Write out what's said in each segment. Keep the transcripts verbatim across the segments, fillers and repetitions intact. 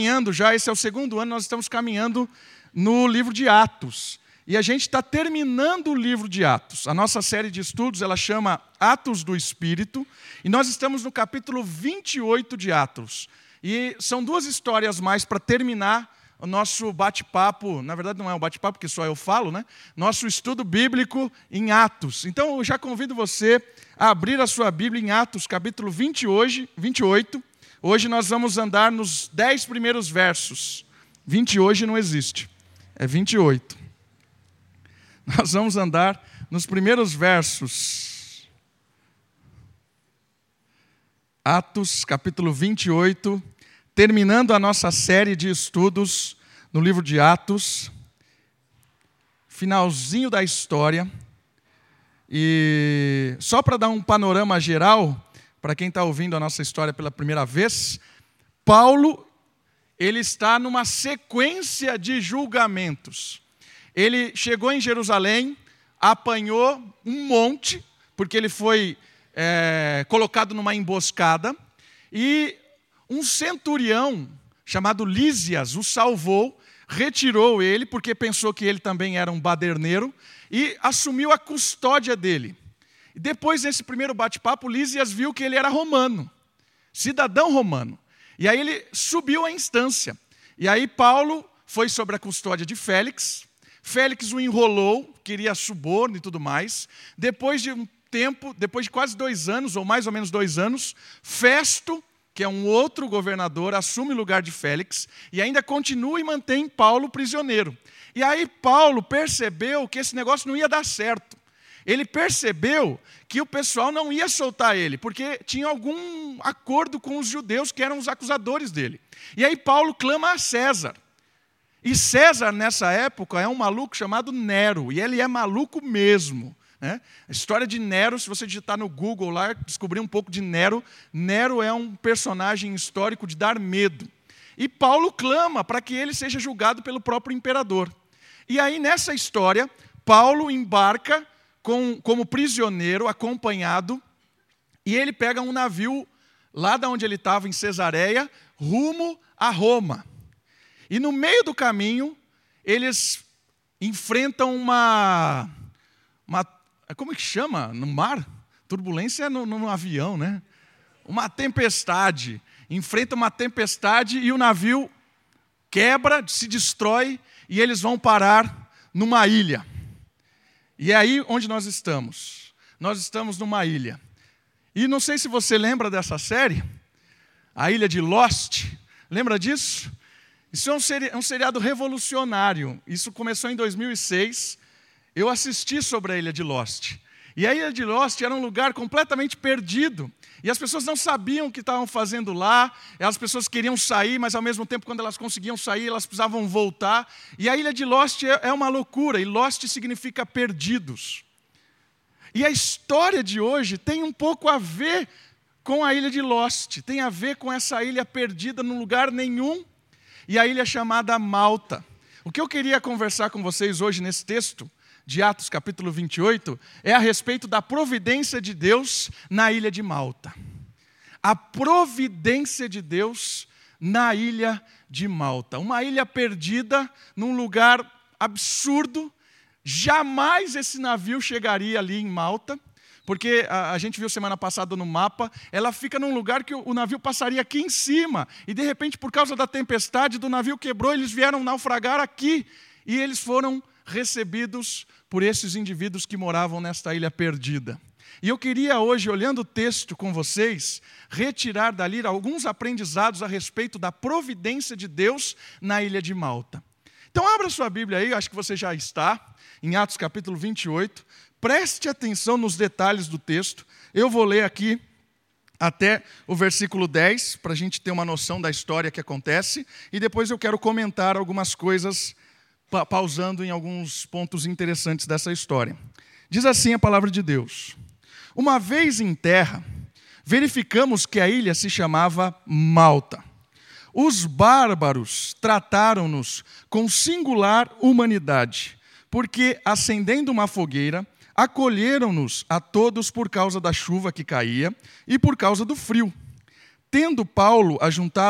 Caminhando já, esse é o segundo ano, nós estamos caminhando no livro de Atos. E a gente está terminando o livro de Atos. A nossa série de estudos, ela chama Atos do Espírito. E nós estamos no capítulo vinte e oito de Atos. E são duas histórias mais para terminar o nosso bate-papo. Na verdade, não é um bate-papo, porque só eu falo, né? Nosso estudo bíblico em Atos. Então, eu já convido você a abrir a sua Bíblia em Atos, capítulo vinte, hoje, vinte e oito. Hoje nós vamos andar nos dez primeiros versos. vinte hoje não existe, é vinte e oito. Nós vamos andar nos primeiros versos. Atos, capítulo vinte e oito, terminando a nossa série de estudos no livro de Atos. Finalzinho da história. E só para dar um panorama geral, para quem está ouvindo a nossa história pela primeira vez, Paulo, ele está numa sequência de julgamentos. Ele chegou em Jerusalém, apanhou um monte, porque ele foi é, colocado numa emboscada, e um centurião chamado Lísias o salvou, retirou ele, porque pensou que ele também era um baderneiro, e assumiu a custódia dele. E depois desse primeiro bate-papo, Lísias viu que ele era romano, cidadão romano. E aí ele subiu a instância. E aí Paulo foi sobre a custódia de Félix. Félix o enrolou, queria suborno e tudo mais. Depois de um tempo, depois de quase dois anos, ou mais ou menos dois anos, Festo, que é um outro governador, assume o lugar de Félix e ainda continua e mantém Paulo prisioneiro. E aí Paulo percebeu que esse negócio não ia dar certo. Ele percebeu que o pessoal não ia soltar ele, porque tinha algum acordo com os judeus que eram os acusadores dele. E aí Paulo clama a César. E César, nessa época, é um maluco chamado Nero, e ele é maluco mesmo. Né? A história de Nero, se você digitar no Google lá, descobrir um pouco de Nero, Nero é um personagem histórico de dar medo. E Paulo clama para que ele seja julgado pelo próprio imperador. E aí, nessa história, Paulo embarca Com, como prisioneiro, acompanhado, e ele pega um navio lá de onde ele estava, em Cesareia, rumo a Roma. E no meio do caminho, eles enfrentam uma... uma como é que chama? No mar? Turbulência é no, no avião, né? Uma tempestade. Enfrentam uma tempestade e o navio quebra, se destrói, e eles vão parar numa ilha. E é aí onde nós estamos. Nós estamos numa ilha. E não sei se você lembra dessa série, a Ilha de Lost. Lembra disso? Isso é um, seri- é um seriado revolucionário. Isso começou em dois mil e seis. Eu assisti sobre a Ilha de Lost. E a Ilha de Lost era um lugar completamente perdido. E as pessoas não sabiam o que estavam fazendo lá. As pessoas queriam sair, mas ao mesmo tempo, quando elas conseguiam sair, elas precisavam voltar. E a Ilha de Lost é uma loucura. E Lost significa perdidos. E a história de hoje tem um pouco a ver com a Ilha de Lost. Tem a ver com essa ilha perdida num lugar nenhum. E a ilha chamada Malta. O que eu queria conversar com vocês hoje nesse texto de Atos capítulo vinte e oito, é a respeito da providência de Deus na ilha de Malta. A providência de Deus na ilha de Malta. Uma ilha perdida num lugar absurdo. Jamais esse navio chegaria ali em Malta, porque a, a gente viu semana passada no mapa, ela fica num lugar que o, o navio passaria aqui em cima, e de repente, por causa da tempestade, do navio quebrou, eles vieram naufragar aqui, e eles foram recebidos por esses indivíduos que moravam nesta ilha perdida. E eu queria hoje, olhando o texto com vocês, retirar dali alguns aprendizados a respeito da providência de Deus na ilha de Malta. Então abra sua Bíblia aí, acho que você já está, em Atos capítulo vinte e oito. Preste atenção nos detalhes do texto. Eu vou ler aqui até o versículo dez, para a gente ter uma noção da história que acontece, e depois eu quero comentar algumas coisas pausando em alguns pontos interessantes dessa história. Diz assim a palavra de Deus. Uma vez em terra, verificamos que a ilha se chamava Malta. Os bárbaros trataram-nos com singular humanidade, porque, acendendo uma fogueira, acolheram-nos a todos por causa da chuva que caía e por causa do frio. Tendo Paulo ajuntado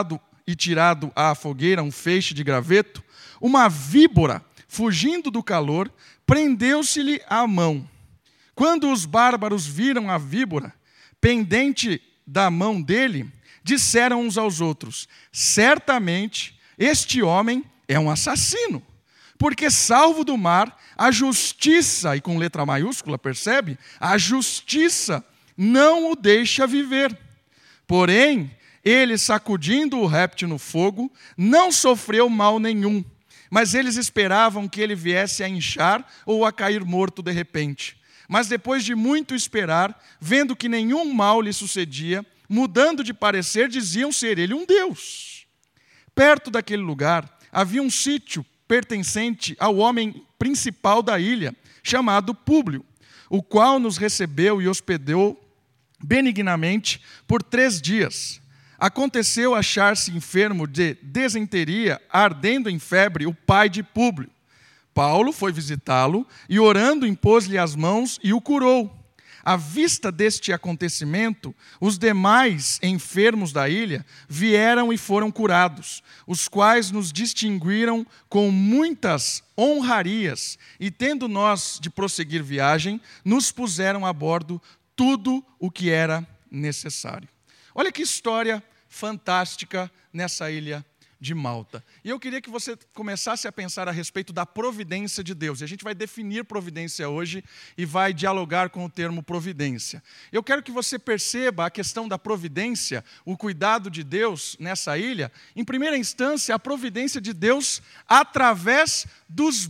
e tirado à fogueira um feixe de graveto, uma víbora, fugindo do calor, prendeu-se-lhe à mão. Quando os bárbaros viram a víbora pendente da mão dele, disseram uns aos outros: certamente este homem é um assassino, porque salvo do mar, a justiça, e com letra maiúscula, percebe? A justiça não o deixa viver. Porém, ele, sacudindo o réptil no fogo, não sofreu mal nenhum, mas eles esperavam que ele viesse a inchar ou a cair morto de repente. Mas depois de muito esperar, vendo que nenhum mal lhe sucedia, mudando de parecer, diziam ser ele um deus. Perto daquele lugar havia um sítio pertencente ao homem principal da ilha, chamado Públio, o qual nos recebeu e hospedou benignamente por três dias. Aconteceu achar-se enfermo de desenteria, ardendo em febre, o pai de Públio. Paulo foi visitá-lo e, orando, impôs-lhe as mãos e o curou. À vista deste acontecimento, os demais enfermos da ilha vieram e foram curados, os quais nos distinguiram com muitas honrarias, e tendo nós de prosseguir viagem, nos puseram a bordo tudo o que era necessário. Olha que história fantástica nessa ilha de Malta. E eu queria que você começasse a pensar a respeito da providência de Deus. E a gente vai definir providência hoje e vai dialogar com o termo providência. Eu quero que você perceba a questão da providência, o cuidado de Deus nessa ilha. Em primeira instância, a providência de Deus através dos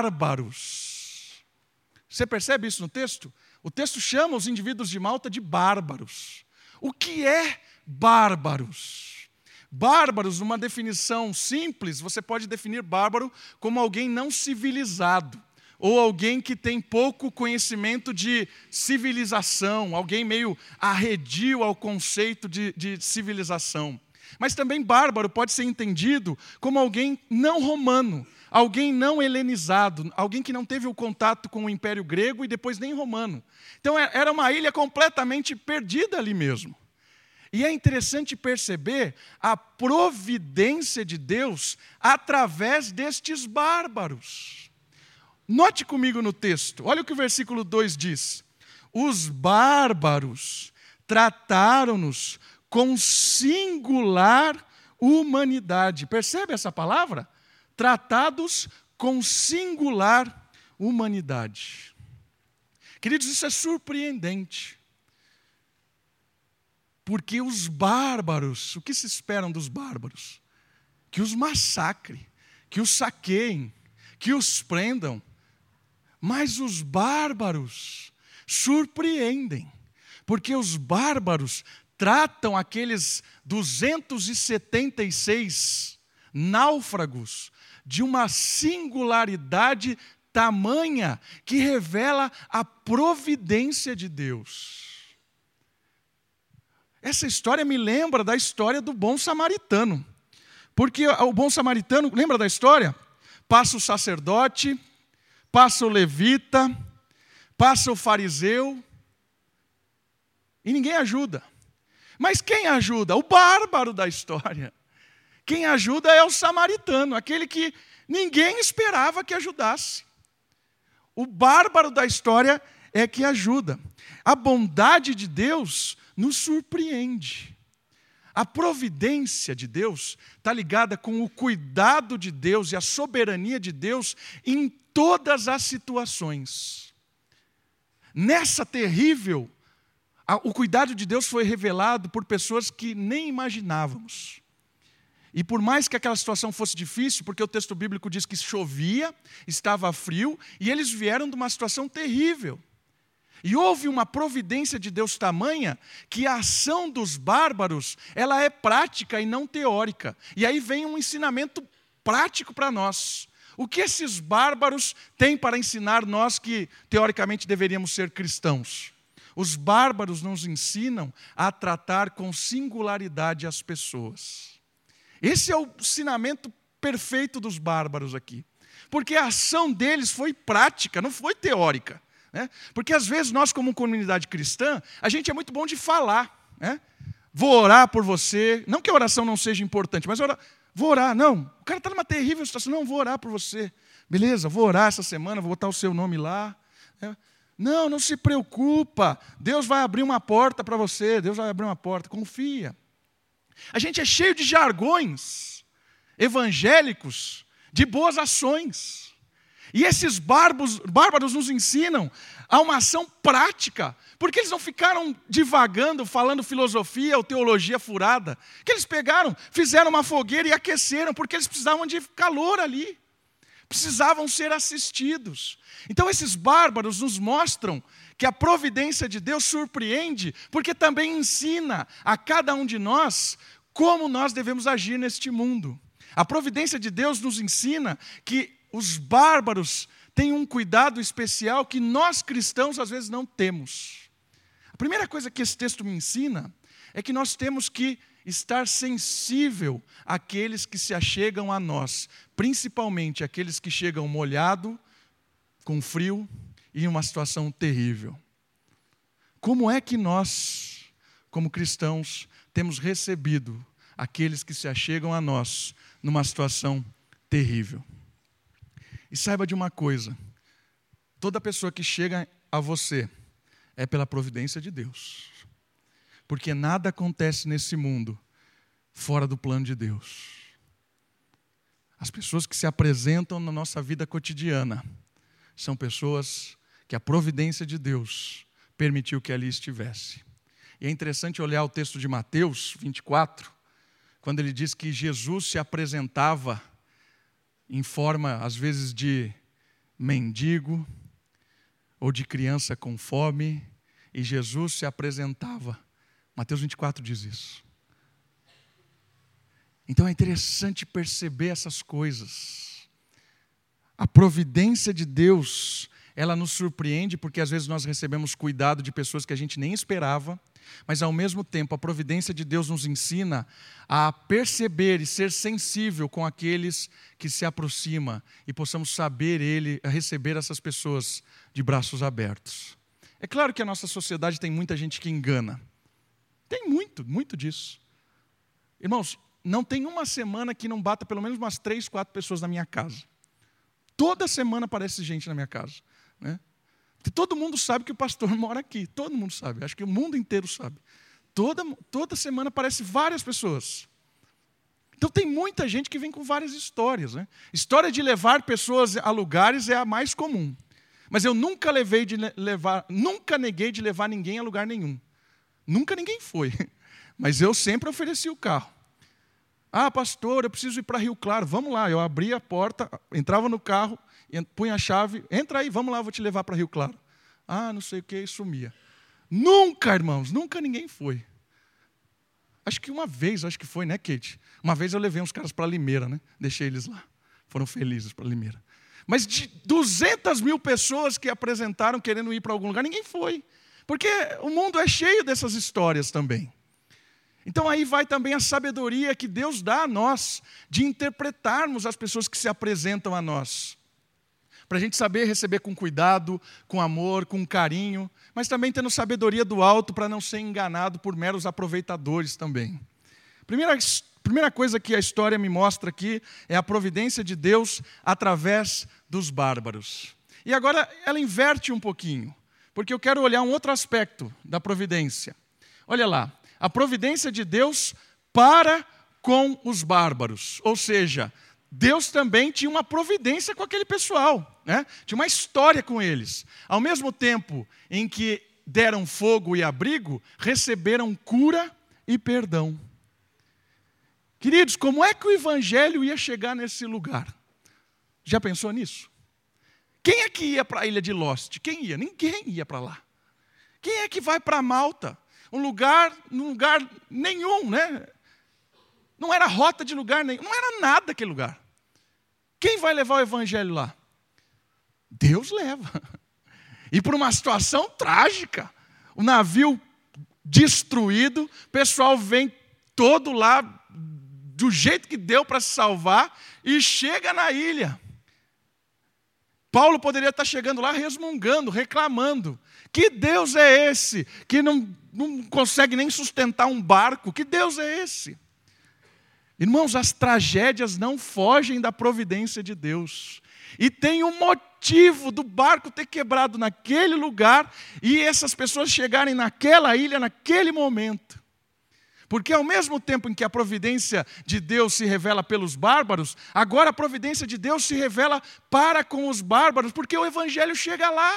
bárbaros. Você percebe isso no texto? O texto chama os indivíduos de Malta de bárbaros. O que é bárbaros? Bárbaros, numa definição simples, você pode definir bárbaro como alguém não civilizado, ou alguém que tem pouco conhecimento de civilização, alguém meio arredio ao conceito de, de civilização. Mas também bárbaro pode ser entendido como alguém não romano, alguém não helenizado, alguém que não teve o contato com o Império Grego e depois nem romano. Então era uma ilha completamente perdida ali mesmo. E é interessante perceber a providência de Deus através destes bárbaros. Note comigo no texto, olha o que o versículo dois diz. Os bárbaros trataram-nos com singular humanidade. Percebe essa palavra? Tratados com singular humanidade. Queridos, isso é surpreendente. Porque os bárbaros, o que se esperam dos bárbaros? Que os massacrem, que os saqueiem, que os prendam. Mas os bárbaros surpreendem, porque os bárbaros tratam aqueles duzentos e setenta e seis náufragos de uma singularidade tamanha que revela a providência de Deus. Essa história me lembra da história do bom samaritano. Porque o bom samaritano, lembra da história? Passa o sacerdote, passa o levita, passa o fariseu, e ninguém ajuda. Mas quem ajuda? O bárbaro da história. Quem ajuda é o samaritano, aquele que ninguém esperava que ajudasse. O bárbaro da história é que ajuda. A bondade de Deus nos surpreende. A providência de Deus está ligada com o cuidado de Deus e a soberania de Deus em todas as situações. Nessa terrível, o cuidado de Deus foi revelado por pessoas que nem imaginávamos. E por mais que aquela situação fosse difícil, porque o texto bíblico diz que chovia, estava frio, e eles vieram de uma situação terrível. E houve uma providência de Deus tamanha que a ação dos bárbaros, ela é prática e não teórica. E aí vem um ensinamento prático para nós. O que esses bárbaros têm para ensinar nós que teoricamente deveríamos ser cristãos? Os bárbaros nos ensinam a tratar com singularidade as pessoas. Esse é o ensinamento perfeito dos bárbaros aqui. Porque a ação deles foi prática, não foi teórica. Né? Porque às vezes nós, como comunidade cristã, a gente é muito bom de falar. Né? vou orar por você. Não que a oração não seja importante, mas orar, vou orar. Não, o cara está numa terrível situação. Não, vou orar por você. Beleza, vou orar essa semana, vou botar o seu nome lá. É. Não, não se preocupa. Deus vai abrir uma porta para você. Deus vai abrir uma porta. Confia. A gente é cheio de jargões evangélicos, de boas ações. E esses bárbaros, bárbaros nos ensinam a uma ação prática. Porque eles não ficaram divagando, falando filosofia ou teologia furada. Que eles pegaram, fizeram uma fogueira e aqueceram, porque eles precisavam de calor ali. Precisavam ser assistidos. Então esses bárbaros nos mostram que a providência de Deus surpreende, porque também ensina a cada um de nós como nós devemos agir neste mundo. A providência de Deus nos ensina que os bárbaros têm um cuidado especial que nós cristãos às vezes não temos. A primeira coisa que esse texto me ensina é que nós temos que estar sensível àqueles que se achegam a nós, principalmente aqueles que chegam molhado, com frio e em uma situação terrível. Como é que nós, como cristãos, temos recebido aqueles que se achegam a nós numa situação terrível? E saiba de uma coisa, toda pessoa que chega a você é pela providência de Deus. Porque nada acontece nesse mundo fora do plano de Deus. As pessoas que se apresentam na nossa vida cotidiana são pessoas que a providência de Deus permitiu que ali estivesse. E é interessante olhar o texto de Mateus vinte e quatro, quando ele diz que Jesus se apresentava em forma, às vezes, de mendigo ou de criança com fome, e Jesus se apresentava. Mateus vinte e quatro diz isso. Então é interessante perceber essas coisas. A providência de Deus, ela nos surpreende porque às vezes nós recebemos cuidado de pessoas que a gente nem esperava, mas ao mesmo tempo a providência de Deus nos ensina a perceber e ser sensível com aqueles que se aproximam e possamos saber Ele, a receber essas pessoas de braços abertos. É claro que a nossa sociedade tem muita gente que engana. Tem muito, muito disso. Irmãos, não tem uma semana que não bata pelo menos umas três, quatro pessoas na minha casa. Toda semana aparece gente na minha casa. Né? Porque todo mundo sabe que o pastor mora aqui. Todo mundo sabe. Acho que o mundo inteiro sabe. Toda, toda semana aparecem várias pessoas. Então tem muita gente que vem com várias histórias. Né? História de levar pessoas a lugares é a mais comum. Mas eu nunca levei de levar, nunca neguei de levar ninguém a lugar nenhum. Nunca ninguém foi, mas eu sempre ofereci o carro. Ah, pastor, eu preciso ir para Rio Claro, vamos lá. Eu abria a porta, entrava no carro, punha a chave, entra aí, vamos lá, vou te levar para Rio Claro. Ah, não sei o que, e sumia. Nunca, irmãos, nunca ninguém foi. Acho que uma vez, acho que foi, né, Kate? Uma vez eu levei uns caras para Limeira, né? Deixei eles lá, foram felizes para Limeira. Mas de duzentas mil pessoas que apresentaram querendo ir para algum lugar, ninguém foi. Porque o mundo é cheio dessas histórias também. Então aí vai também a sabedoria que Deus dá a nós, de interpretarmos as pessoas que se apresentam a nós. Para a gente saber receber com cuidado, com amor, com carinho, mas também tendo sabedoria do alto para não ser enganado por meros aproveitadores também. Primeira, primeira coisa que a história me mostra aqui é a providência de Deus através dos bárbaros. E agora ela inverte um pouquinho. Porque eu quero olhar um outro aspecto da providência. Olha lá, a providência de Deus para com os bárbaros. Ou seja, Deus também tinha uma providência com aquele pessoal. Né? Tinha uma história com eles. Ao mesmo tempo em que deram fogo e abrigo, receberam cura e perdão. Queridos, como é que o evangelho ia chegar nesse lugar? Já pensou nisso? Quem é que ia para a ilha de Lost? Quem ia? Ninguém ia para lá. Quem é que vai para Malta? Um lugar, num lugar nenhum, né? Não era rota de lugar nenhum, não era nada aquele lugar. Quem vai levar o evangelho lá? Deus leva. E por uma situação trágica, o navio destruído, o pessoal vem todo lá, do jeito que deu para se salvar, e chega na ilha. Paulo poderia estar chegando lá resmungando, reclamando. Que Deus é esse que não, não consegue nem sustentar um barco? Que Deus é esse? Irmãos, as tragédias não fogem da providência de Deus. E tem um motivo do barco ter quebrado naquele lugar e essas pessoas chegarem naquela ilha naquele momento. Porque ao mesmo tempo em que a providência de Deus se revela pelos bárbaros, agora a providência de Deus se revela para com os bárbaros, porque o Evangelho chega lá.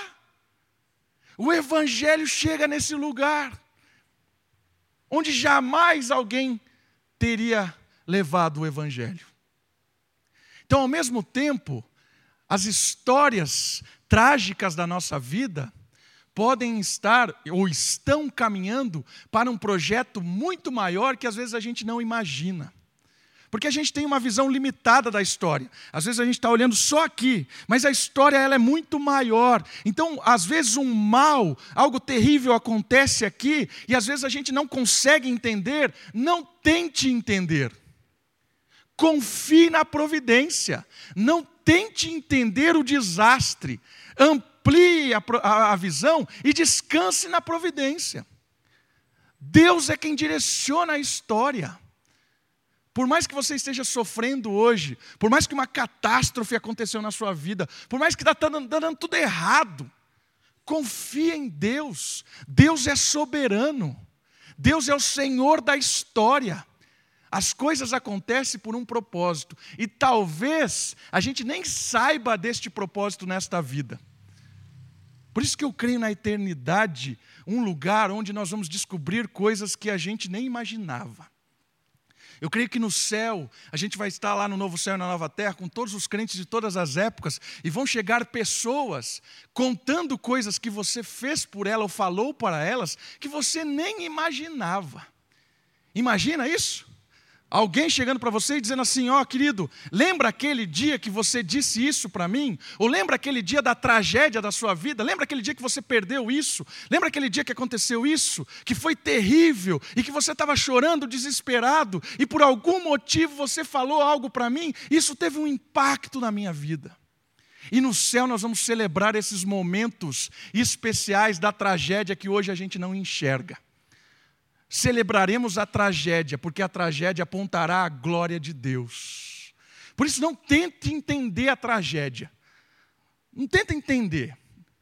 O Evangelho chega nesse lugar, onde jamais alguém teria levado o Evangelho. Então, ao mesmo tempo, as histórias trágicas da nossa vida podem estar ou estão caminhando para um projeto muito maior que às vezes a gente não imagina. Porque a gente tem uma visão limitada da história. Às vezes a gente está olhando só aqui, mas a história ela é muito maior. Então, às vezes um mal, algo terrível acontece aqui, e às vezes a gente não consegue entender. Não tente entender. Confie na providência. Não tente entender o desastre. Amplie a, a, a visão e descanse na providência. Deus é quem direciona a história. Por mais que você esteja sofrendo hoje, por mais que uma catástrofe aconteceu na sua vida, por mais que está dando, dando tudo errado, confie em Deus. Deus é soberano. Deus é o Senhor da história. As coisas acontecem por um propósito. E talvez a gente nem saiba deste propósito nesta vida. Por isso que eu creio na eternidade, um lugar onde nós vamos descobrir coisas que a gente nem imaginava. Eu creio que no céu, a gente vai estar lá no novo céu e na nova terra, com todos os crentes de todas as épocas, e vão chegar pessoas contando coisas que você fez por ela ou falou para elas, que você nem imaginava. Imagina isso? Alguém chegando para você e dizendo assim, ó, oh, querido, lembra aquele dia que você disse isso para mim? Ou lembra aquele dia da tragédia da sua vida? Lembra aquele dia que você perdeu isso? Lembra aquele dia que aconteceu isso? Que foi terrível e que você estava chorando, desesperado e por algum motivo você falou algo para mim? Isso teve um impacto na minha vida. E no céu nós vamos celebrar esses momentos especiais da tragédia que hoje a gente não enxerga. Celebraremos a tragédia, porque a tragédia apontará a glória de Deus. Por isso, não tente entender a tragédia. Não tente entender.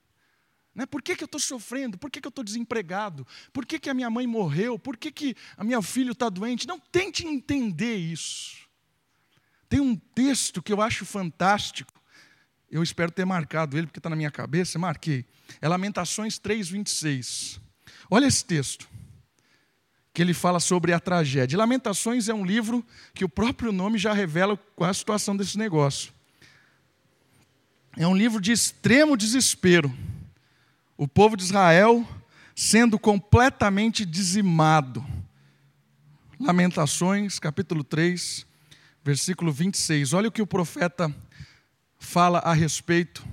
Né? Por que, que eu estou sofrendo? Por que, que eu estou desempregado? Por que, que a minha mãe morreu? Por que, que a minha filha está doente? Não tente entender isso. Tem um texto que eu acho fantástico. Eu espero ter marcado ele, porque está na minha cabeça. Marquei. É Lamentações três, vinte e seis. Olha esse texto, que ele fala sobre a tragédia. Lamentações é um livro que o próprio nome já revela qual é a situação desse negócio. É um livro de extremo desespero. O povo de Israel sendo completamente dizimado. Lamentações, capítulo três, versículo vinte e seis. Olha o que o profeta fala a respeito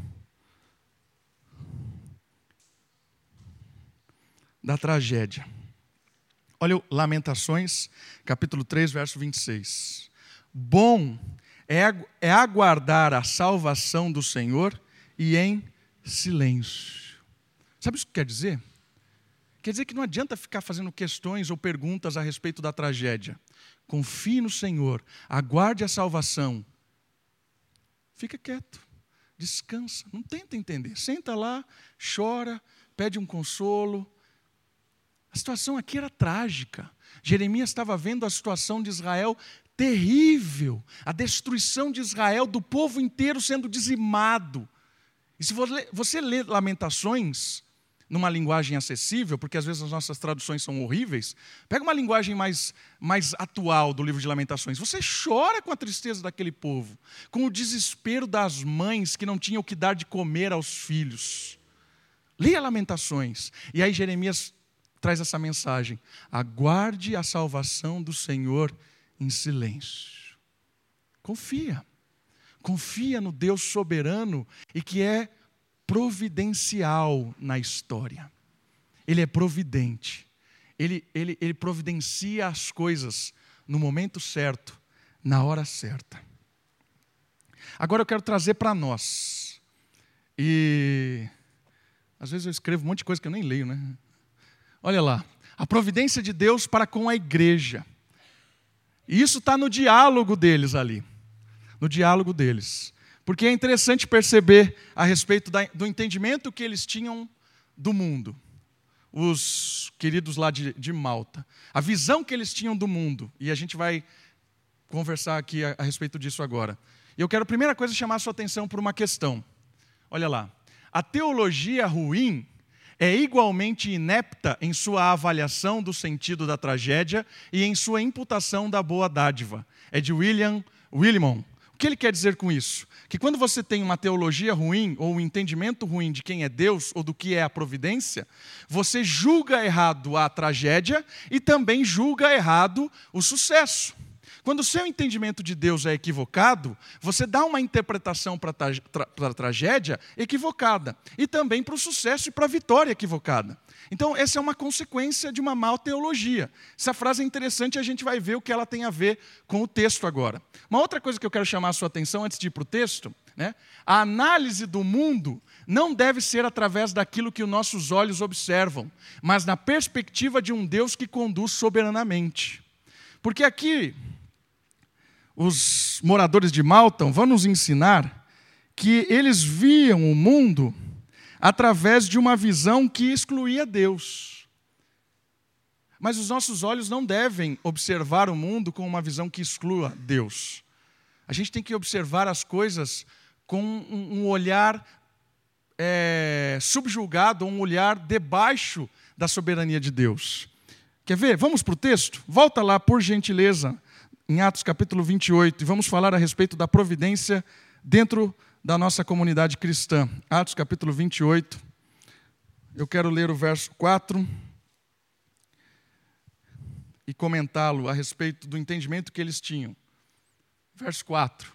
da tragédia. Olha o Lamentações, capítulo três, verso vinte e seis. Bom é, é aguardar a salvação do Senhor e em silêncio. Sabe isso que quer dizer? Quer dizer que não adianta ficar fazendo questões ou perguntas a respeito da tragédia. Confie no Senhor, aguarde a salvação. Fica quieto, descansa, não tenta entender. Senta lá, chora, pede um consolo. A situação aqui era trágica. Jeremias estava vendo a situação de Israel terrível. A destruição de Israel, do povo inteiro sendo dizimado. E se você lê Lamentações numa linguagem acessível, porque às vezes as nossas traduções são horríveis, pega uma linguagem mais, mais atual do livro de Lamentações. Você chora com a tristeza daquele povo, com o desespero das mães que não tinham o que dar de comer aos filhos. Leia Lamentações. E aí Jeremias traz essa mensagem: aguarde a salvação do Senhor em silêncio. Confia. Confia no Deus soberano e que é providencial na história. Ele é providente. Ele, ele, ele providencia as coisas no momento certo, na hora certa. Agora eu quero trazer para nós. E às vezes eu escrevo um monte de coisa que eu nem leio, né? Olha lá, a providência de Deus para com a igreja. E isso está no diálogo deles ali, no diálogo deles. Porque é interessante perceber a respeito da, do entendimento que eles tinham do mundo. Os queridos lá de, de Malta. A visão que eles tinham do mundo. E a gente vai conversar aqui a, a respeito disso agora. E eu quero, a primeira coisa, chamar a sua atenção por uma questão. Olha lá. A teologia ruim é igualmente inepta em sua avaliação do sentido da tragédia e em sua imputação da boa dádiva. É de William Willimon. O que ele quer dizer com isso? Que quando você tem uma teologia ruim ou um entendimento ruim de quem é Deus ou do que é a providência, você julga errado a tragédia e também julga errado o sucesso. Quando o seu entendimento de Deus é equivocado, você dá uma interpretação para a tragédia equivocada. E também para o sucesso e para a vitória equivocada. Então, essa é uma consequência de uma má teologia. Essa frase é interessante e a gente vai ver o que ela tem a ver com o texto agora. Uma outra coisa que eu quero chamar a sua atenção antes de ir para o texto, né? A análise do mundo não deve ser através daquilo que os nossos olhos observam, mas na perspectiva de um Deus que conduz soberanamente. Porque aqui os moradores de Malta vão nos ensinar que eles viam o mundo através de uma visão que excluía Deus. Mas os nossos olhos não devem observar o mundo com uma visão que exclua Deus. A gente tem que observar as coisas com um olhar é, subjugado, um olhar debaixo da soberania de Deus. Quer ver? Vamos para o texto? Volta lá, por gentileza, em Atos capítulo vinte e oito, e vamos falar a respeito da providência dentro da nossa comunidade cristã. Atos capítulo vinte e oito, eu quero ler o verso quatro e comentá-lo a respeito do entendimento que eles tinham. Verso quatro.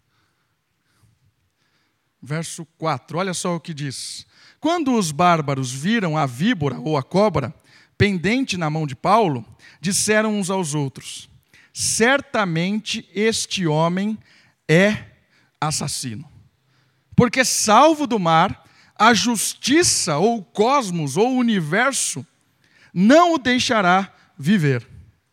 Verso quatro, olha só o que diz. Quando os bárbaros viram a víbora ou a cobra pendente na mão de Paulo, disseram uns aos outros: certamente este homem é assassino. Porque salvo do mar, a justiça ou o cosmos ou o universo não o deixará viver.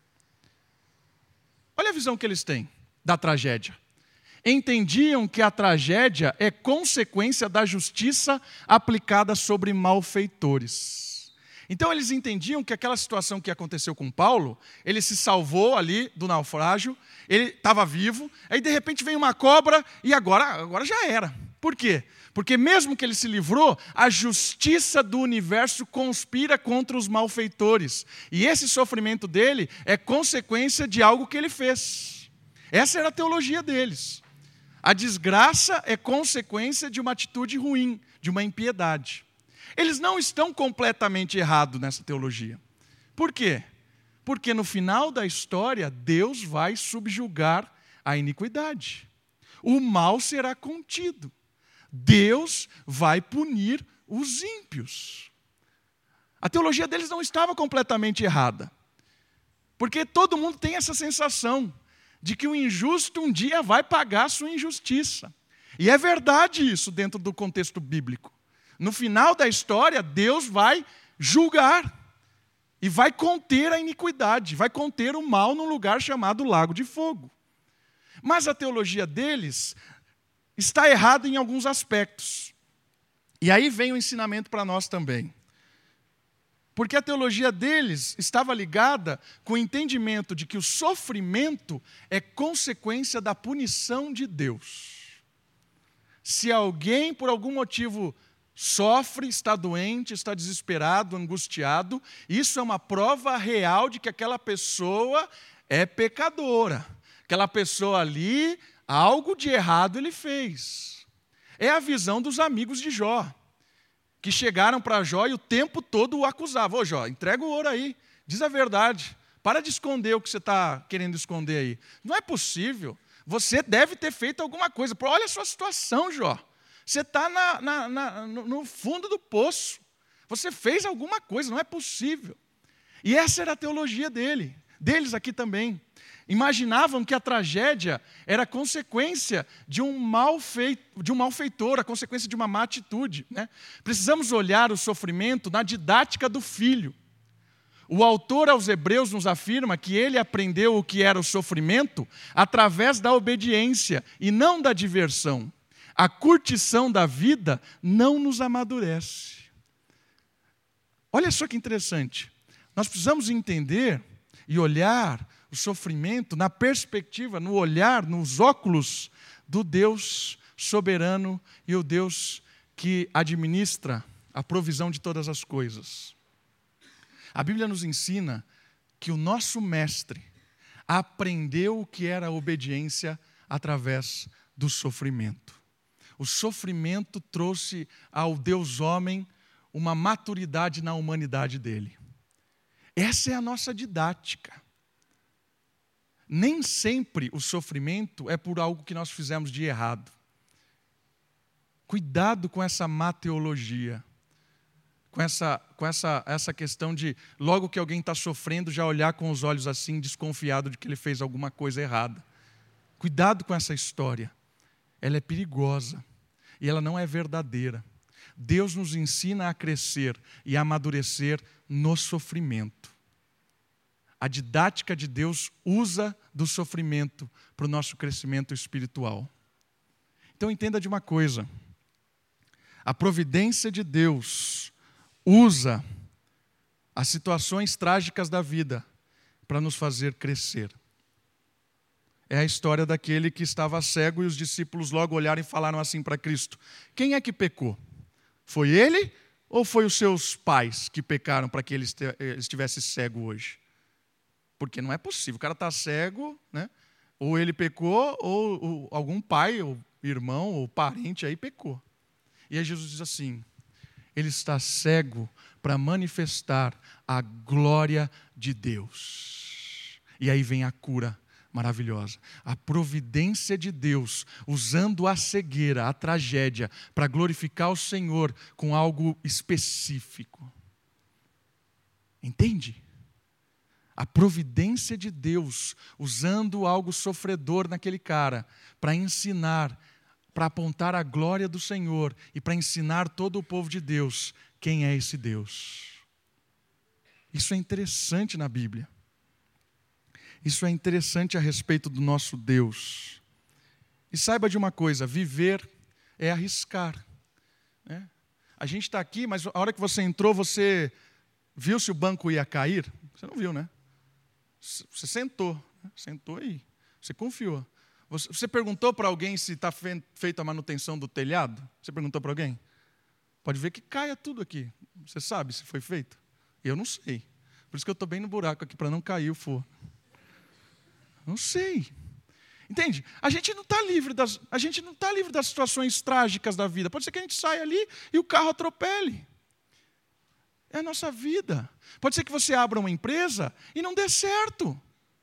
Olha a visão que eles têm da tragédia. Entendiam que a tragédia é consequência da justiça aplicada sobre malfeitores. Então eles entendiam que aquela situação que aconteceu com Paulo, ele se salvou ali do naufrágio, ele estava vivo, aí de repente vem uma cobra e agora, agora já era. Por quê? Porque mesmo que ele se livrou, a justiça do universo conspira contra os malfeitores. E esse sofrimento dele é consequência de algo que ele fez. Essa era a teologia deles. A desgraça é consequência de uma atitude ruim, de uma impiedade. Eles não estão completamente errados nessa teologia. Por quê? Porque no final da história, Deus vai subjugar a iniquidade. O mal será contido. Deus vai punir os ímpios. A teologia deles não estava completamente errada. Porque todo mundo tem essa sensação de que o injusto um dia vai pagar a sua injustiça. E é verdade isso dentro do contexto bíblico. No final da história, Deus vai julgar e vai conter a iniquidade, vai conter o mal num lugar chamado Lago de Fogo. Mas a teologia deles está errada em alguns aspectos. E aí vem o ensinamento para nós também. Porque a teologia deles estava ligada com o entendimento de que o sofrimento é consequência da punição de Deus. Se alguém, por algum motivo, sofre, está doente, está desesperado, angustiado, isso é uma prova real de que aquela pessoa é pecadora. Aquela pessoa ali, algo de errado ele fez. É a visão dos amigos de Jó, que chegaram para Jó e o tempo todo o acusavam. Ô Jó, entrega o ouro aí, diz a verdade. Para de esconder o que você está querendo esconder aí. Não é possível. Você deve ter feito alguma coisa. Olha a sua situação, Jó. Você está na, na, na, no fundo do poço. Você fez alguma coisa, não é possível. E essa era a teologia dele, deles aqui também. Imaginavam que a tragédia era consequência de um malfeitor, de um malfeitor, a consequência de uma má atitude, né? Precisamos olhar o sofrimento na didática do filho. O autor aos Hebreus nos afirma que ele aprendeu o que era o sofrimento através da obediência e não da diversão. A curtição da vida não nos amadurece. Olha só que interessante. Nós precisamos entender e olhar o sofrimento na perspectiva, no olhar, nos óculos do Deus soberano e o Deus que administra a provisão de todas as coisas. A Bíblia nos ensina que o nosso mestre aprendeu o que era a obediência através do sofrimento. O sofrimento trouxe ao Deus homem uma maturidade na humanidade dele. Essa é a nossa didática. Nem sempre o sofrimento é por algo que nós fizemos de errado. Cuidado com essa má teologia, com essa, com essa, essa questão de, logo que alguém está sofrendo, já olhar com os olhos assim, desconfiado de que ele fez alguma coisa errada. Cuidado com essa história. Ela é perigosa e ela não é verdadeira. Deus nos ensina a crescer e a amadurecer no sofrimento. A didática de Deus usa do sofrimento para o nosso crescimento espiritual. Então entenda de uma coisa. A providência de Deus usa as situações trágicas da vida para nos fazer crescer. É a história daquele que estava cego e os discípulos logo olharam e falaram assim para Cristo: quem é que pecou? Foi ele ou foi os seus pais que pecaram para que ele estivesse cego hoje? Porque não é possível, o cara está cego, né? Ou ele pecou, ou, ou algum pai, ou irmão, ou parente aí pecou. E aí Jesus diz assim: ele está cego para manifestar a glória de Deus. E aí vem a cura maravilhosa. A providência de Deus, usando a cegueira, a tragédia, para glorificar o Senhor com algo específico. Entende? A providência de Deus, usando algo sofredor naquele cara, para ensinar, para apontar a glória do Senhor e para ensinar todo o povo de Deus quem é esse Deus. Isso é interessante na Bíblia. Isso é interessante a respeito do nosso Deus. E saiba de uma coisa, viver é arriscar. Né? A gente está aqui, mas a hora que você entrou, você viu se o banco ia cair? Você não viu, né? Você sentou, né? Sentou aí, você confiou. Você, você perguntou para alguém se está fe, feita a manutenção do telhado? Você perguntou para alguém? Pode ver que caia tudo aqui. Você sabe se foi feito? Eu não sei. Por isso que eu estou bem no buraco aqui, para não cair o forro. Não sei. Entende? A gente não está livre das, a gente não está livre das situações trágicas da vida. Pode ser que a gente saia ali e o carro atropele. É a nossa vida. Pode ser que você abra uma empresa e não dê certo.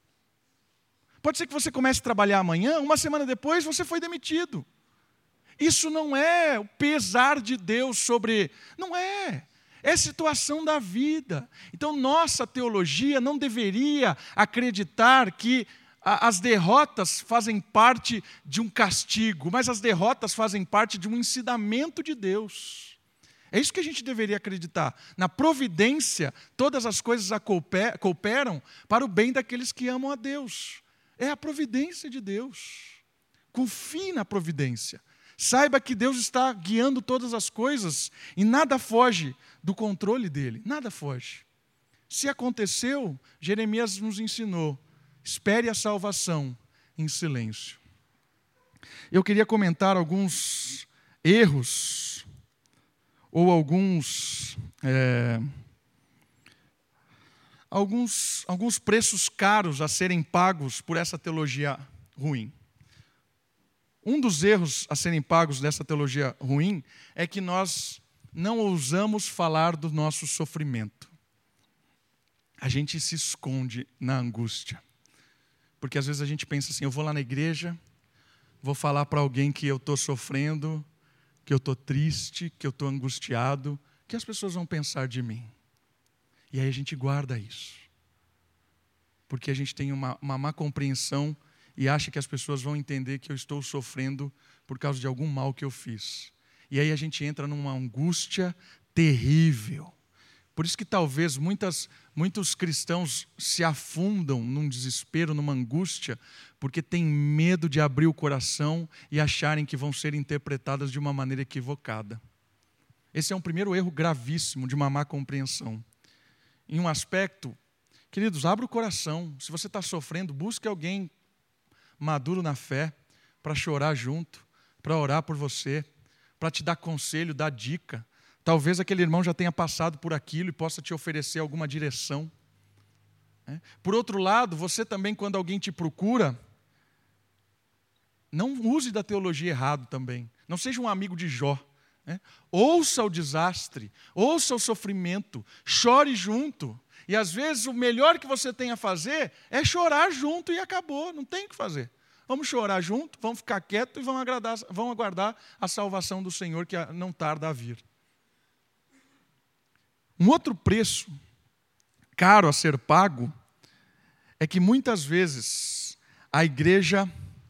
Pode ser que você comece a trabalhar amanhã, uma semana depois você foi demitido. Isso não é o pesar de Deus sobre... Não é. É a situação da vida. Então, nossa teologia não deveria acreditar que as derrotas fazem parte de um castigo, mas as derrotas fazem parte de um ensinamento de Deus. É isso que a gente deveria acreditar. Na providência, todas as coisas cooperam para o bem daqueles que amam a Deus. É a providência de Deus. Confie na providência. Saiba que Deus está guiando todas as coisas e nada foge do controle dele. Nada foge. Se aconteceu, Jeremias nos ensinou: espere a salvação em silêncio. Eu queria comentar alguns erros ou alguns, é, alguns, alguns preços caros a serem pagos por essa teologia ruim. Um dos erros a serem pagos dessa teologia ruim é que nós não ousamos falar do nosso sofrimento. A gente se esconde na angústia. Porque às vezes a gente pensa assim: eu vou lá na igreja, vou falar para alguém que eu estou sofrendo, que eu estou triste, que eu estou angustiado, que as pessoas vão pensar de mim. E aí a gente guarda isso. porque a gente tem uma, uma má compreensão e acha que as pessoas vão entender que eu estou sofrendo por causa de algum mal que eu fiz. E aí a gente entra numa angústia terrível. Por isso que talvez muitas, muitos cristãos se afundam num desespero, numa angústia, porque têm medo de abrir o coração e acharem que vão ser interpretadas de uma maneira equivocada. Esse é um primeiro erro gravíssimo de uma má compreensão. Em um aspecto, queridos, abra o coração. Se você está sofrendo, busque alguém maduro na fé para chorar junto, para orar por você, para te dar conselho, dar dica. Talvez aquele irmão já tenha passado por aquilo e possa te oferecer alguma direção. Por outro lado, você também, quando alguém te procura, não use da teologia errado também. Não seja um amigo de Jó. Né? Ouça o desastre, ouça o sofrimento, chore junto. E às vezes o melhor que você tem a fazer é chorar junto e acabou, não tem o que fazer. Vamos chorar junto, vamos ficar quietos e vamos, agradar, vamos aguardar a salvação do Senhor que não tarda a vir. Um outro preço caro a ser pago é que muitas vezes a igreja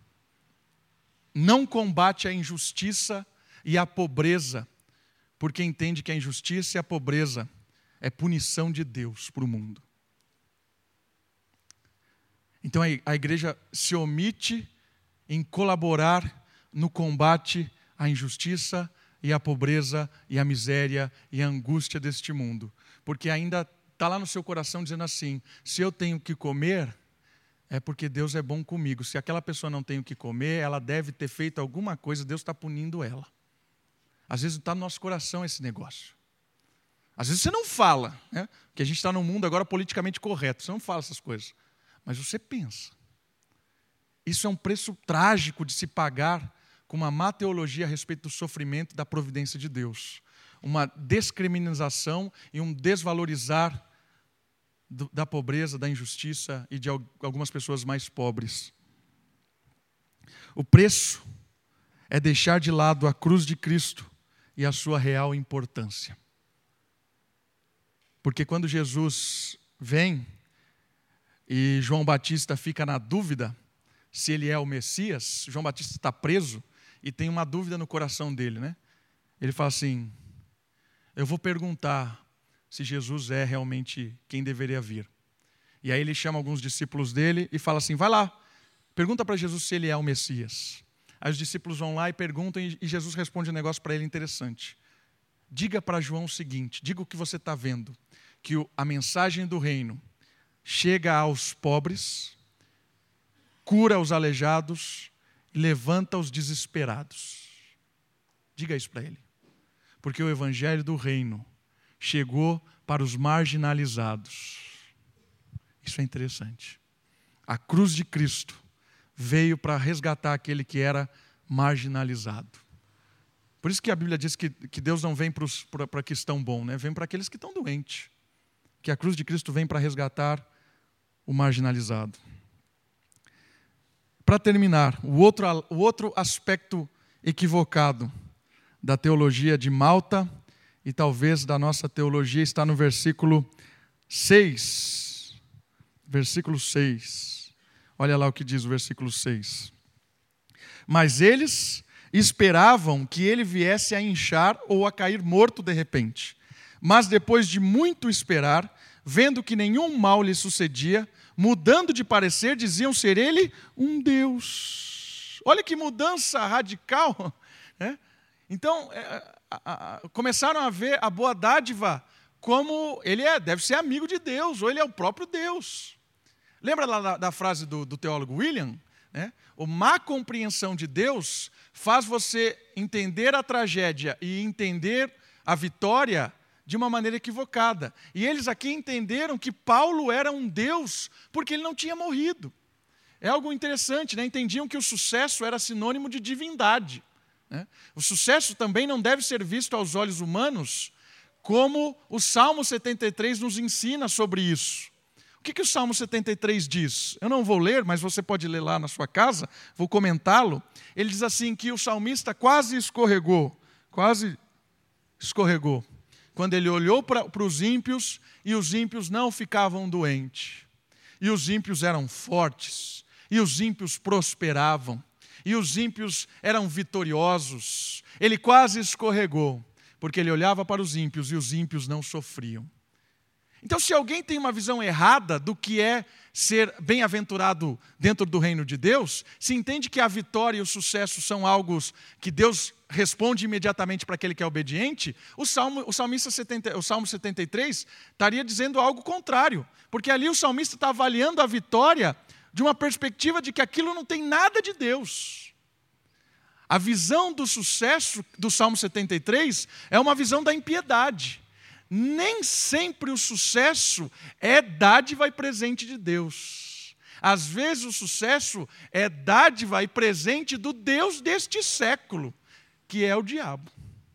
não combate a injustiça e a pobreza, porque entende que a injustiça e a pobreza é punição de Deus para o mundo. Então a igreja se omite em colaborar no combate à injustiça e a pobreza e a miséria e a angústia deste mundo. Porque ainda está lá no seu coração dizendo assim, se eu tenho que comer, é porque Deus é bom comigo. Se aquela pessoa não tem o que comer, ela deve ter feito alguma coisa, Deus está punindo ela. Às vezes está no nosso coração esse negócio. Às vezes você não fala, né? Porque a gente está num mundo agora politicamente correto, você não fala essas coisas. Mas você pensa. Isso é um preço trágico de se pagar com uma má teologia a respeito do sofrimento e da providência de Deus. Uma descriminalização e um desvalorizar do, da pobreza, da injustiça e de algumas pessoas mais pobres. O preço é deixar de lado a cruz de Cristo e a sua real importância. Porque quando Jesus vem e João Batista fica na dúvida se ele é o Messias, João Batista está preso e tem uma dúvida no coração dele, né? Ele fala assim, eu vou perguntar se Jesus é realmente quem deveria vir. E aí ele chama alguns discípulos dele e fala assim, vai lá, pergunta para Jesus se ele é o Messias. Aí os discípulos vão lá e perguntam e Jesus responde um negócio para ele interessante. Diga para João o seguinte, diga o que você está vendo, que a mensagem do reino chega aos pobres, cura os aleijados e levanta os desesperados. Diga isso para ele. Porque o evangelho do reino chegou para os marginalizados. Isso é interessante. A cruz de Cristo veio para resgatar aquele que era marginalizado. Por isso que a Bíblia diz que, que Deus não vem para que estão bom, né? Vem para aqueles que estão doentes. Que a cruz de Cristo vem para resgatar o marginalizado. Para terminar, o outro, o outro aspecto equivocado da teologia de Malta e talvez da nossa teologia está no versículo seis. Versículo seis. Olha lá o que diz o versículo seis. Mas eles esperavam que ele viesse a inchar ou a cair morto de repente. Mas depois de muito esperar, vendo que nenhum mal lhe sucedia, mudando de parecer, diziam ser ele um Deus. Olha que mudança radical. Né? Então, é, a, a, começaram a ver a boa dádiva como ele é, deve ser amigo de Deus, ou ele é o próprio Deus. Lembra lá da, da frase do, do teólogo William? Né? A má compreensão de Deus faz você entender a tragédia e entender a vitória de uma maneira equivocada. E eles aqui entenderam que Paulo era um Deus porque ele não tinha morrido. É algo interessante, né? Entendiam que o sucesso era sinônimo de divindade. Né? O sucesso também não deve ser visto aos olhos humanos como o Salmo setenta e três nos ensina sobre isso. O que, que o Salmo setenta e três diz? Eu não vou ler, mas você pode ler lá na sua casa, vou comentá-lo. Ele diz assim que o salmista quase escorregou, quase escorregou, quando ele olhou para os ímpios e os ímpios não ficavam doentes. e os ímpios eram fortes, e os ímpios prosperavam, e os ímpios eram vitoriosos. Ele quase escorregou, porque ele olhava para os ímpios e os ímpios não sofriam. Então, se alguém tem uma visão errada do que é ser bem-aventurado dentro do reino de Deus, se entende que a vitória e o sucesso são algo que Deus responde imediatamente para aquele que é obediente, o Salmo, o salmista setenta, o Salmo setenta e três estaria dizendo algo contrário, porque ali o salmista está avaliando a vitória de uma perspectiva de que aquilo não tem nada de Deus. A visão do sucesso do Salmo setenta e três é uma visão da impiedade. Nem sempre o sucesso é dádiva e presente de Deus. Às vezes o sucesso é dádiva e presente do Deus deste século, que é o diabo.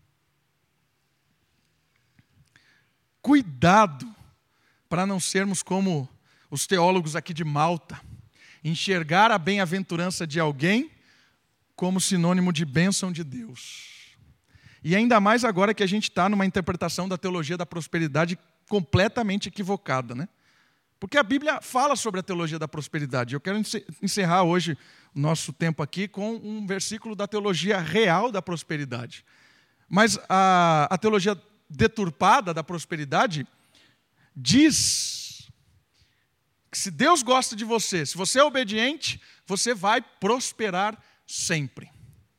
Cuidado para não sermos como os teólogos aqui de Malta, enxergar a bem-aventurança de alguém como sinônimo de bênção de Deus. E ainda mais agora que a gente está numa interpretação da teologia da prosperidade completamente equivocada, né? Porque a Bíblia fala sobre a teologia da prosperidade. Eu quero encerrar hoje o nosso tempo aqui com um versículo da teologia real da prosperidade. Mas a, a teologia deturpada da prosperidade diz que se Deus gosta de você, se você é obediente, você vai prosperar sempre.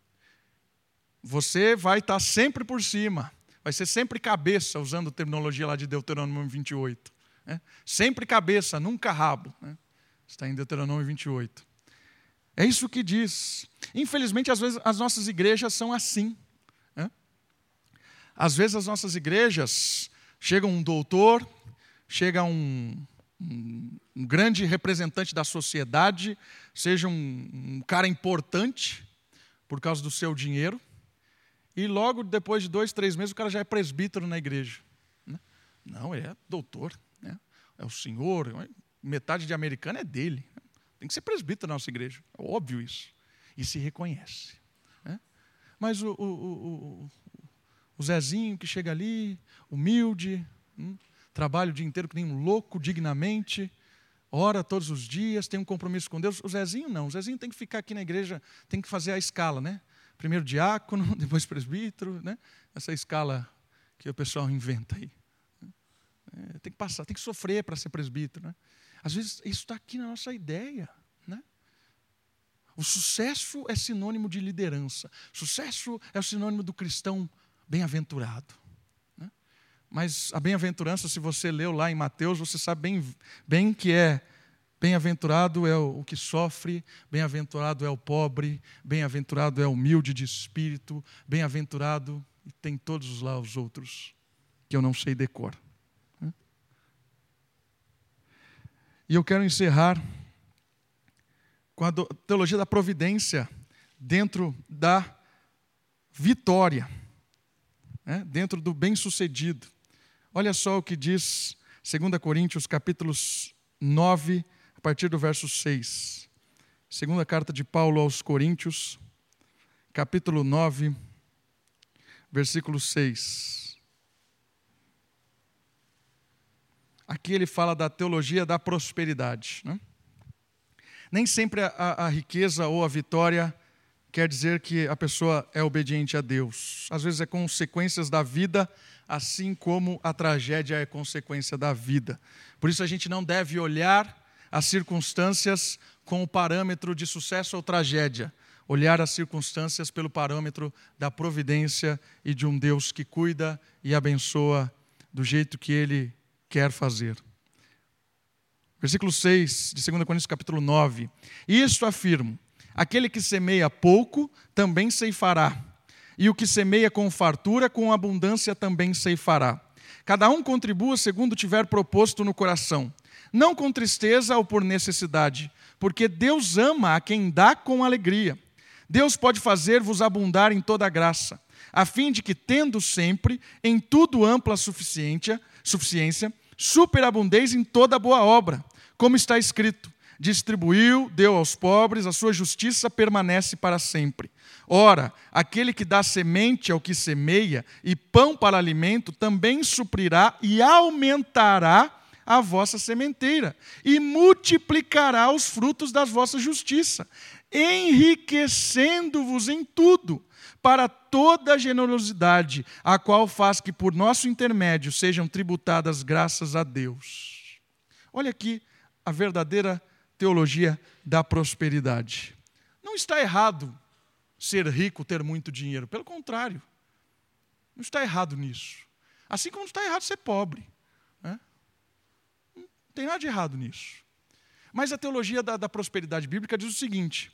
Você vai estar sempre por cima, vai ser sempre cabeça, usando a terminologia lá de Deuteronômio vinte e oito. Né? Sempre cabeça, nunca rabo. Né? Está em Deuteronômio vinte e oito. É isso que diz. Infelizmente, às vezes, as nossas igrejas são assim. Né? Às vezes, as nossas igrejas, chega um doutor, chega um, um, um grande representante da sociedade, seja um, um cara importante, por causa do seu dinheiro, e logo depois de dois, três meses, o cara já é presbítero na igreja. Não, é doutor, né? É o senhor, metade de americano é dele. Tem que ser presbítero na nossa igreja, é óbvio isso. E se reconhece. Né? Mas o, o, o, o Zezinho que chega ali, humilde, hum, trabalha o dia inteiro que nem um louco, dignamente, ora todos os dias, tem um compromisso com Deus. O Zezinho não, o Zezinho tem que ficar aqui na igreja, tem que fazer a escala, né? Primeiro diácono, depois presbítero, né? Essa escala que o pessoal inventa aí. É, tem que passar, tem que sofrer para ser presbítero. Né? Às vezes isso está aqui na nossa ideia. Né? O sucesso é sinônimo de liderança. Sucesso é o sinônimo do cristão bem-aventurado. Né? Mas a bem-aventurança, se você leu lá em Mateus, você sabe bem, bem que é bem-aventurado é o que sofre, bem-aventurado é o pobre, bem-aventurado é o humilde de espírito, bem-aventurado, e tem todos lá os outros, que eu não sei decor. E eu quero encerrar com a teologia da providência dentro da vitória, né? Dentro do bem-sucedido. Olha só o que diz dois Coríntios, capítulos nove, a partir do verso seis. Segunda carta de Paulo aos Coríntios, capítulo nove, versículo seis. Aqui ele fala da teologia da prosperidade. Né? Nem sempre a, a riqueza ou a vitória quer dizer que a pessoa é obediente a Deus. Às vezes é consequências da vida, assim como a tragédia é consequência da vida. Por isso a gente não deve olhar as circunstâncias com o parâmetro de sucesso ou tragédia. Olhar as circunstâncias pelo parâmetro da providência e de um Deus que cuida e abençoa do jeito que Ele quer fazer. Versículo seis de dois Coríntios capítulo nove. Isto afirmo, aquele que semeia pouco, também ceifará. E o que semeia com fartura, com abundância também ceifará. Cada um contribua segundo tiver proposto no coração, não com tristeza ou por necessidade, porque Deus ama a quem dá com alegria. Deus pode fazer-vos abundar em toda graça, a fim de que, tendo sempre, em tudo ampla suficiência, suficiência, superabundeis em toda boa obra, como está escrito, distribuiu, deu aos pobres, a sua justiça permanece para sempre. Ora, aquele que dá semente ao que semeia e pão para alimento, também suprirá e aumentará a vossa sementeira, e multiplicará os frutos das vossas justiça, enriquecendo-vos em tudo, para toda a generosidade, a qual faz que por nosso intermédio sejam tributadas graças a Deus. Olha aqui a verdadeira teologia da prosperidade. Não está errado ser rico, ter muito dinheiro. Pelo contrário, não está errado nisso. Assim como não está errado ser pobre, né? Não tem nada de errado nisso. Mas a teologia da, da prosperidade bíblica diz o seguinte: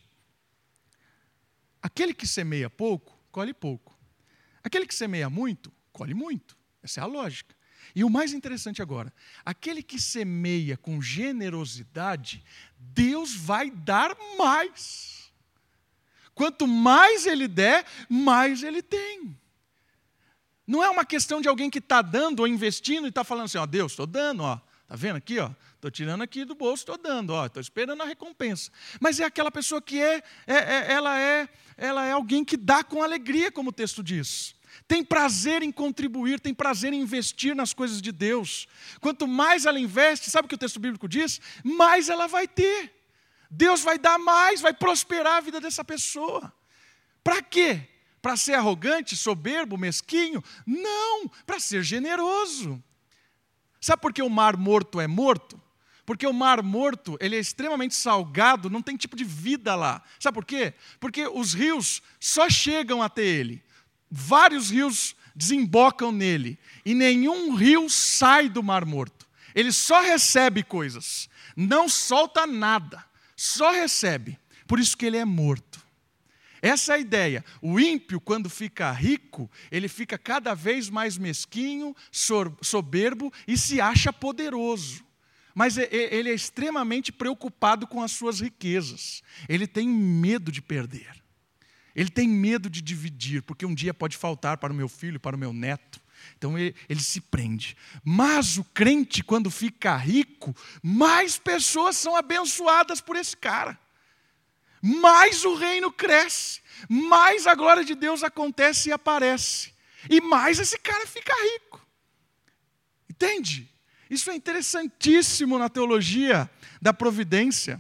aquele que semeia pouco, colhe pouco. Aquele que semeia muito, colhe muito. Essa é a lógica. E o mais interessante agora, aquele que semeia com generosidade, Deus vai dar mais. Quanto mais Ele der, mais Ele tem. Não é uma questão de alguém que está dando ou investindo e está falando assim, ó, Deus, estou dando, ó. Está vendo aqui, ó? Estou tirando aqui do bolso, estou dando, ó. Estou esperando a recompensa. Mas é aquela pessoa que é, é, é, ela é, ela é alguém que dá com alegria, como o texto diz. Tem prazer em contribuir, tem prazer em investir nas coisas de Deus. Quanto mais ela investe, sabe o que o texto bíblico diz? Mais ela vai ter. Deus vai dar mais, vai prosperar a vida dessa pessoa. Para quê? Para ser arrogante, soberbo, mesquinho? Não, para ser generoso. Sabe por que o mar morto é morto? Porque o mar morto, ele é extremamente salgado, não tem tipo de vida lá. Sabe por quê? Porque os rios só chegam até ele. Vários rios desembocam nele. E nenhum rio sai do mar morto. Ele só recebe coisas. Não solta nada. Só recebe. Por isso que ele é morto. Essa é a ideia. O ímpio, quando fica rico, ele fica cada vez mais mesquinho, soberbo e se acha poderoso. Mas ele é extremamente preocupado com as suas riquezas. Ele tem medo de perder. Ele tem medo de dividir, porque um dia pode faltar para o meu filho, para o meu neto. Então ele, ele se prende. Mas o crente, quando fica rico, mais pessoas são abençoadas por esse cara. Mais o reino cresce, mais a glória de Deus acontece e aparece. E mais esse cara fica rico. Entende? Isso é interessantíssimo na teologia da providência.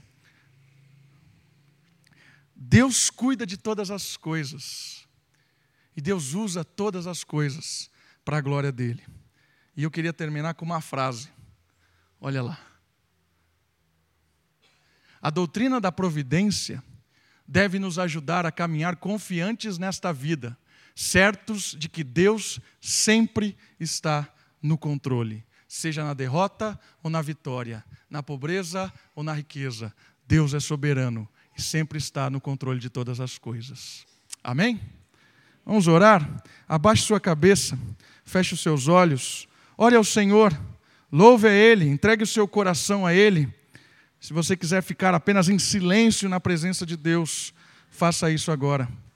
Deus cuida de todas as coisas. E Deus usa todas as coisas para a glória dele. E eu queria terminar com uma frase. Olha lá. A doutrina da providência deve nos ajudar a caminhar confiantes nesta vida, certos de que Deus sempre está no controle, seja na derrota ou na vitória, na pobreza ou na riqueza. Deus é soberano e sempre está no controle de todas as coisas. Amém? Vamos orar? Abaixe sua cabeça, feche os seus olhos, ore ao Senhor, louve a Ele, entregue o seu coração a Ele. Se você quiser ficar apenas em silêncio na presença de Deus, faça isso agora.